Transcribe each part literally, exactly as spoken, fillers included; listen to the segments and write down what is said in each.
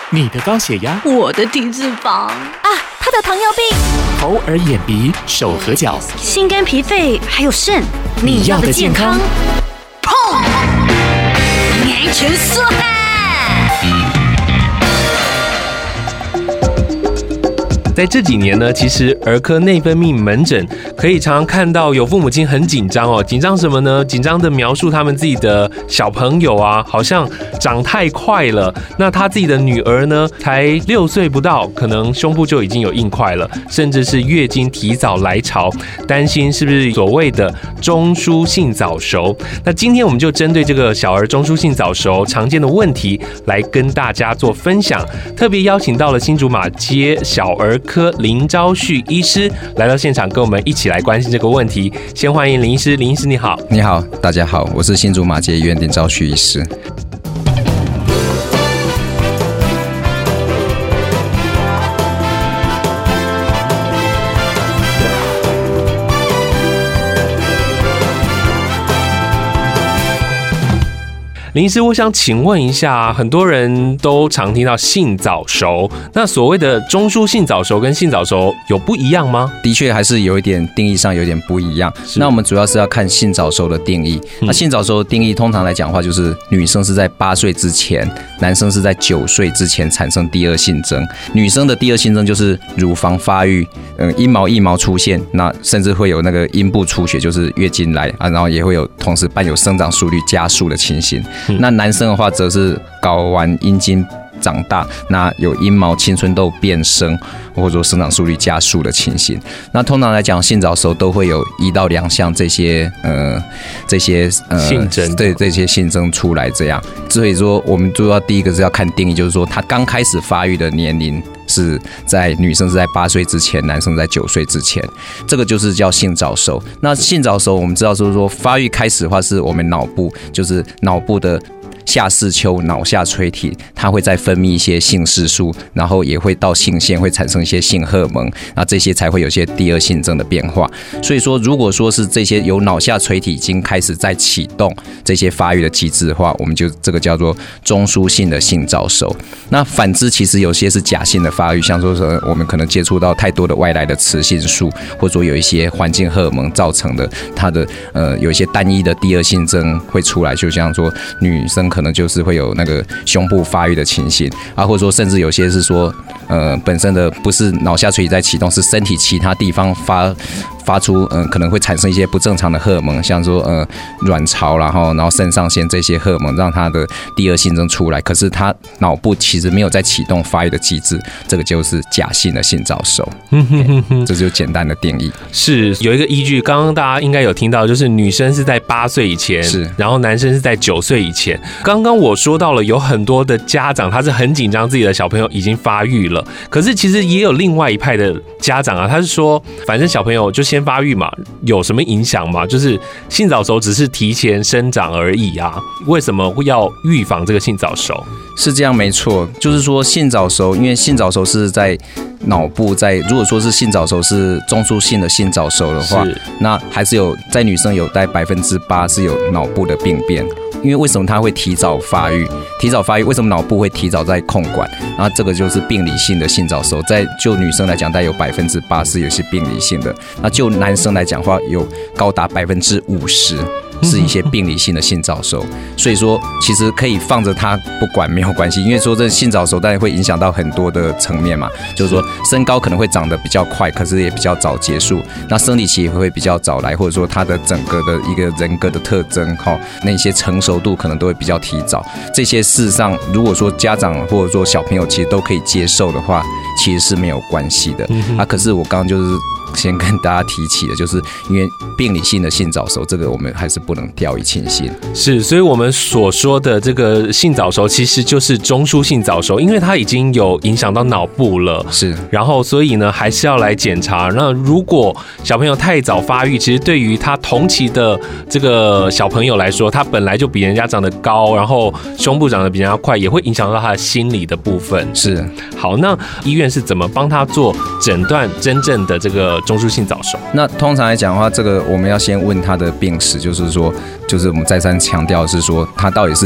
你的高血压， 我的低脂肪啊， 他的糖尿病， 头耳眼鼻手和脚， 心肝脾肺还有肾， 你要的健康， 砰！年全说哈。 在这几年呢，其实儿科内分泌门诊可以常常看到有父母亲很紧张哦，紧张什么呢？紧张的描述他们自己的小朋友啊，好像长太快了。那他自己的女儿呢，才六岁不到，可能胸部就已经有硬块了，甚至是月经提早来潮，担心是不是所谓的中枢性早熟。那今天我们就针对这个小儿中枢性早熟常见的问题来跟大家做分享，特别邀请到了新竹马偕小儿科林昭旭医师来到现场，跟我们一起来关心这个问题。先欢迎林医师，林医师你好。 你好，大家好，我是新竹马偕医院林昭旭医师。 林医师，我想请问一下，很多人都常听到性早熟，那所谓的中枢性早熟跟性早熟有不一样吗？ 的确还是有一点定义上有点不一样。那我们主要是要看性早熟的定义。嗯、那性早熟的定义通常来讲的话，就是女生是在八岁之前，男生是在九岁之前产生第二性征。女生的第二性征就是乳房发育，嗯，阴毛腋毛出现，那甚至会有那个阴部出血，就是月经来啊，然后也会有同时伴有生长速率加速的情形。那男生的话，则是睾丸阴茎长大，那有阴毛青春痘变生，或者说生长速率加速的情形。那通常来讲，性早熟都会有一到两项这些呃这些呃性征， 对这些性征出来这样。所以说，我们主要第一个是要看定义，就是说他刚开始发育的年龄是在女生是在八岁之前，男生在九岁之前，这个就是叫性早熟。那性早熟我们知道就是说发育开始的话，是我们脑部就是脑部的下视丘、脑下垂体，它会再分泌一些性释素，然后也会到性腺会产生一些性荷尔蒙，那这些才会有些第二性征的变化。所以说，如果说是这些由脑下垂体已经开始在启动这些发育的机制的话，我们就这个叫做中枢性的性早熟。那反之，其实有些是假性的发育，像说是我们可能接触到太多的外来的雌性素，或者说有一些环境荷尔蒙造成的，它的呃有一些单一的第二性征会出来，就像说女生可能可能就是会有那个胸部发育的情形啊，或者说甚至有些是说，呃，本身的不是脑下垂体在启动，是身体其他地方发发出，嗯、呃，可能会产生一些不正常的荷尔蒙，像说呃卵巢，然后然后肾上腺这些荷尔蒙让它的第二性征出来，可是它脑部其实没有在启动发育的机制，这个就是假性的性早熟。嗯哼哼哼，这就是简单的定义。 是有一个依据，刚刚大家应该有听到，就是女生是在八岁以前，是，然后男生是在九岁以前。刚刚我说到了，有很多的家长他是很紧张自己的小朋友已经发育了，可是其实也有另外一派的家长啊，他是说反正小朋友就先发育嘛，有什么影响吗？就是性早熟只是提前生长而已啊，为什么会要预防这个性早熟？ 是这样没错，就是说性早熟，因为性早熟是在脑部在，如果说是性早熟是中枢性的性早熟的话，那还是有在女生有大概百分之八是有脑部的病变。因为为什么它会提早发育？提早发育，为什么脑部会提早在控管？然后这个就是病理性的性早熟，在就女生来讲，大概有百分之八是有些病理性的。那就男生来讲的话，有高达百分之五十。是一些病理性的性早熟，所以说其实可以放着它不管没有关系，因为说这性早熟当然会影响到很多的层面嘛，就是说身高可能会长得比较快，可是也比较早结束，那生理期也会比较早来，或者说它的整个的一个人格的特征哈，那些成熟度可能都会比较提早。这些事实上，如果说家长或者说小朋友其实都可以接受的话，其实是没有关系的。啊，可是我刚刚就是先跟大家提起的，就是因为病理性的性早熟，这个我们还是不能掉以轻心。 是，所以我们所说的这个性早熟，其实就是中枢性早熟，因为它已经有影响到脑部了。 是， 然后所以呢，还是要来检查。那如果小朋友太早发育，其实对于他同期的这个小朋友来说，他本来就比人家长得高，然后胸部长得比人家快，也会影响到他的心理的部分。 是， 好，那医院是怎么帮他做诊断真正的这个中枢性早熟？ 那通常来讲的话，这个我们要先问他的病史，就是说，就是我们再三强调的是说，他到底是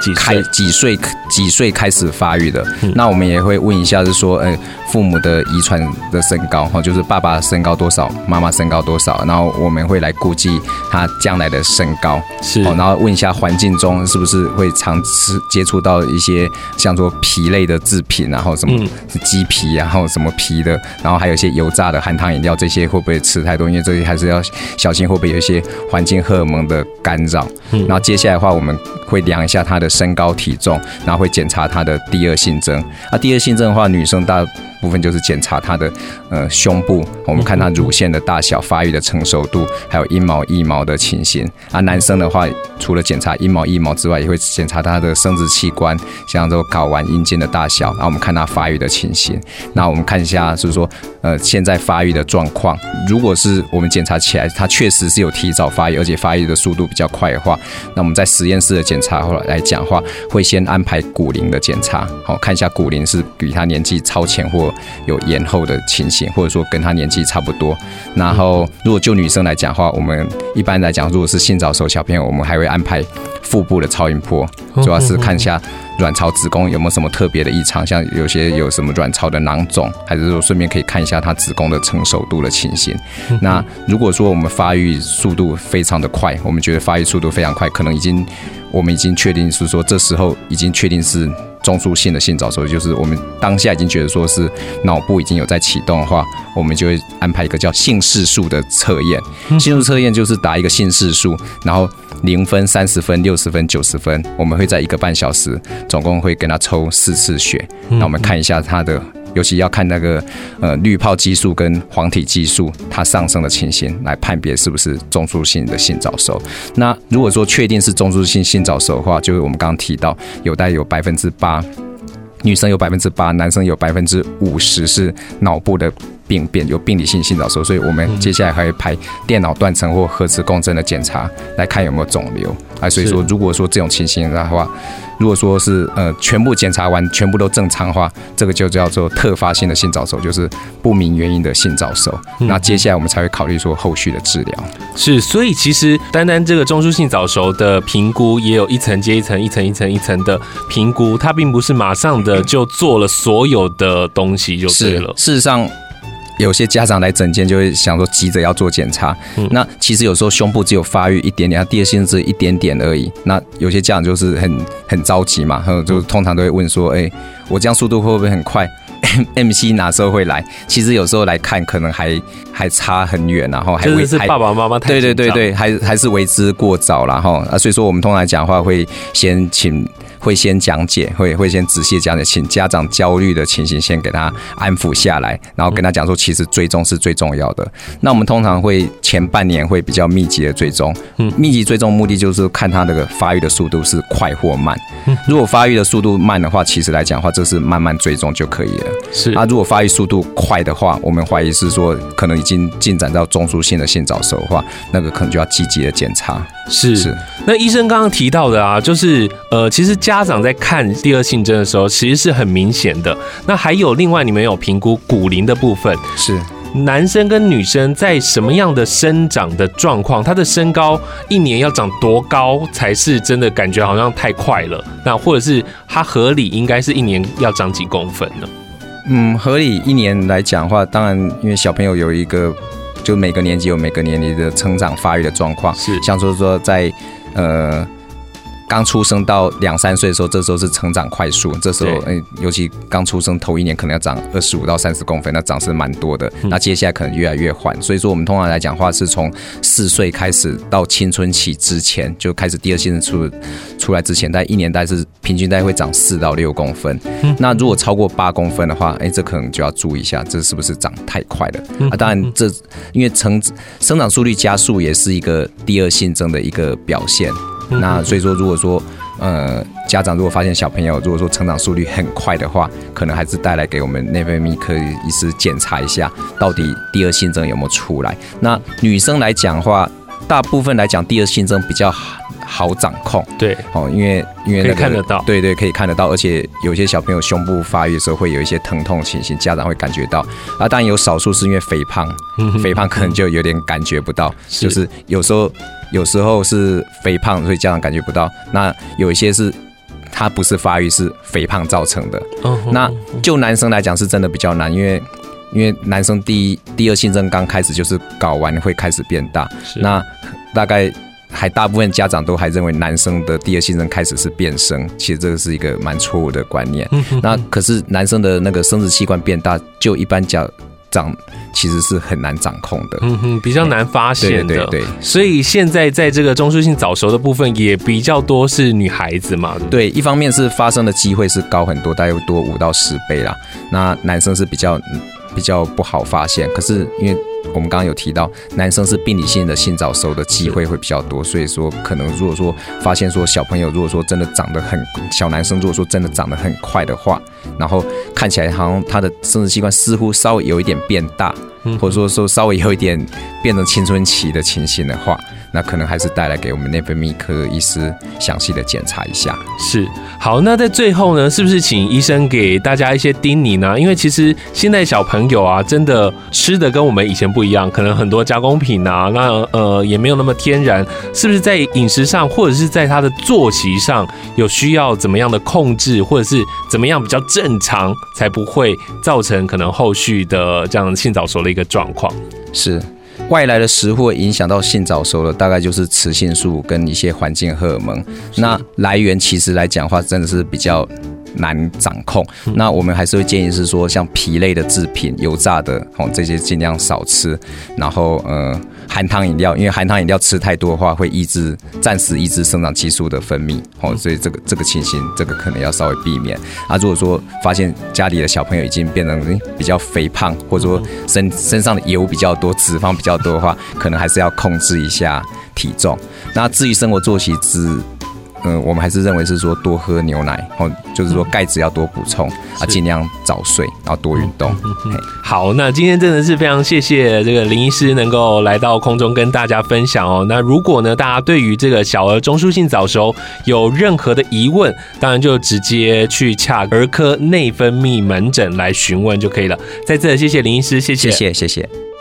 开几岁几岁开始发育的。嗯、那我们也会问一下，是说，呃，父母的遗传的身高，哈，就是爸爸身高多少，妈妈身高多少，然后我们会来估计他将来的身高， 是， 然后问一下环境中是不是会常吃接触到一些像说皮类的制品，然后什么鸡皮，然后什么皮的，然后还有一些油炸的含糖饮料，这些会不会吃太多？因为这些还是要小心，会不会有一些环境荷尔蒙的干扰。嗯、然后接下来的话，我们会量一下他的身高体重，然后会检查他的第二性征。啊，第二性征的话，女生大部分就是检查她的呃胸部，我们看她乳腺的大小、发育的成熟度，还有阴毛、腋毛的情形。啊，男生的话，除了检查阴毛、腋毛之外，也会检查他的生殖器官，像这个睾丸、阴茎的大小，然后我们看他发育的情形。那我们看一下，就是说，呃，现在发育的状况。如果是我们检查起来，他确实是有提早发育，而且发育的速度比较快的话，那我们在实验室的检查来讲的话，会先安排骨龄的检查，好，看一下骨龄是比他年纪超前或有延后的情形，或者说跟他年纪差不多。然后，如果就女生来讲的话，我们一般来讲，如果是性早熟小朋友，我们还会安排腹部的超音波，主要是看一下卵巢、子宫有没有什么特别的异常，像有些有什么卵巢的囊肿，还是说顺便可以看一下她子宫的成熟度的情形。那如果说我们发育速度非常的快，我们觉得发育速度非常快，可能已经我们已经确定是说这时候已经确定是中枢性的性早熟，就是我们当下已经觉得说是脑部已经有在启动的话，我们就会安排一个叫性室数的测验。性室测验就是打一个性室数，然后零分、三十分、六十分、九十分，我们会在一个半小时，总共会跟他抽四次血，那我们看一下他的。尤其要看那个呃滤泡激素跟黄体激素它上升的情形，来判别是不是中枢性的性早熟。那如果说确定是中枢性性早熟的话，就是我们刚刚提到有大概有百分之八，女生有百分之八，男生有百分之五十是脑部的病变，有病理性性早熟，所以我们接下来还会排电脑断层或核磁共振的检查，来看有没有肿瘤。啊，所以说如果说这种情形的话，如果说是呃全部检查完全部都正常的话，这个就叫做特发性的性早熟，就是不明原因的性早熟。嗯、那接下来我们才会考虑说后续的治疗。 是，所以其实单单这个中枢性早熟的评估，也有一层接一层、一层一层一层的评估，它并不是马上的就做了所有的东西就对了。 事实上。有些家长来诊间就会想说急着要做检查，嗯、那其实有时候胸部只有发育一点点，它第二性征只有一点点而已。那有些家长就是很很着急嘛，就通常都会问说，哎、欸，我这样速度会不会很快 ？M C 哪时候会来？其实有时候来看可能还还差很远，然后还就是是爸爸妈妈太对对对对，还还是为之过早啦哈啊，所以说我们通常来讲的话，会先请。会先讲解，会会先仔细讲解，请家长焦虑的情形先给他安抚下来，然后跟他讲说，其实追踪是最重要的。那我们通常会前半年会比较密集的追踪，密集追踪目的就是看他那个发育的速度是快或慢。如果发育的速度慢的话，其实来讲的话，这是慢慢追踪就可以了。 是啊，如果发育速度快的话，我们怀疑是说可能已经进展到中枢性的性早熟的话，那个可能就要积极的检查。 是是，那医生刚刚提到的啊，就是呃，其实家长在看第二性征的时候，其实是很明显的。那还有另外，你们有评估骨龄的部分， 是男生跟女生在什么样的生长的状况，他的身高一年要长多高才是真的感觉好像太快了？那或者是他合理应该是一年要长几公分呢？ 嗯，合理一年来讲的话，当然因为小朋友有一个。就每个年级有每个年龄的成长发育的状况，是像说说在呃刚出生到两三岁的时候，这时候是成长快速，这时候、欸、尤其刚出生头一年可能要长二十五到三十公分，那长是蛮多的。嗯、那接下来可能越来越缓，所以说我们通常来讲话是从四岁开始到青春期之前就开始第二性征出出来之前，大概一年大概是平均大概会长四到六公分。嗯、那如果超过八公分的话，哎、欸，这可能就要注意一下，这是不是长太快了？嗯、啊，当然这因为成生长速率加速也是一个第二性征的一个表现。那所以说，如果说呃家长如果发现小朋友如果说成长速率很快的话，可能还是带来给我们内分泌科医师检查一下，到底第二性征有没有出来。那女生来讲的话，大部分来讲第二性征比较好掌控， 对哦，因为因为、那个、 可以看得到， 对对，可以看得到，而且有些小朋友胸部发育的时候会有一些疼痛情形，家长会感觉到。啊，当然有少数是因为肥胖，肥胖可能就有点感觉不到，是就是有时候有时候是肥胖，所以家长感觉不到。那有一些是它不是发育，是肥胖造成的。 哦、 那就男生来讲是真的比较难，因为因为男生第一第二性征刚开始就是睾丸会开始变大，那大概还大部分家长都还认为男生的第二性征开始是变声，其实这个是一个蛮错误的观念。那可是男生的那个生殖器官变大，就一般讲长其实是很难掌控的， 嗯哼，比较难发现的。 对对对， 所以现在在这个中枢性早熟的部分也比较多是女孩子嘛，对不对？ 对，一方面是发生的机会是高很多，大概多五到十倍啦。那男生是比较比较不好发现，可是因为我们刚刚有提到，男生是病理性的性早熟的机会会比较多，所以说可能如果说发现说小朋友如果说真的长得很小男生，如果说真的长得很快的话，然后看起来好像他的生殖器官似乎稍微有一点变大，或者说说稍微有一点变成青春期的情形的话，那可能还是带来给我们内分泌科医师详细的检查一下。 是，好，那在最后呢，是不是请医生给大家一些叮咛呢？因为其实现在小朋友啊，真的吃的跟我们以前不一样，可能很多加工品啊，那呃也没有那么天然，是不是在饮食上或者是在他的作息上有需要怎么样的控制，或者是怎么样比较正常，才不会造成可能后续的这样性早熟的一个状况？ 是。外来的食物会影响到性早熟的，大概就是雌性素跟一些环境荷尔蒙。那来源其实来讲的话，真的是比较难掌控。嗯、那我们还是会建议是说，像皮类的制品、油炸的哦，这些尽量少吃。然后呃，含糖饮料，因为含糖饮料吃太多的话，会抑制暂时抑制生长激素的分泌哦，所以这个这个情形，这个可能要稍微避免。啊，如果说发现家里的小朋友已经变成比较肥胖，或者说身身上的油比较多、脂肪比较多的话，可能还是要控制一下体重。那至于生活作息之嗯，我们还是认为是说多喝牛奶，哦，就是说钙质要多补充啊，尽量早睡，然后多运动。嗯嗯、 好，那今天真的是非常谢谢这个林医师能够来到空中跟大家分享哦。那如果呢，大家对于这个小儿中枢性早熟有任何的疑问，当然就直接去洽儿科内分泌门诊来询问就可以了。在这谢谢林医师，谢谢， 谢谢，谢谢。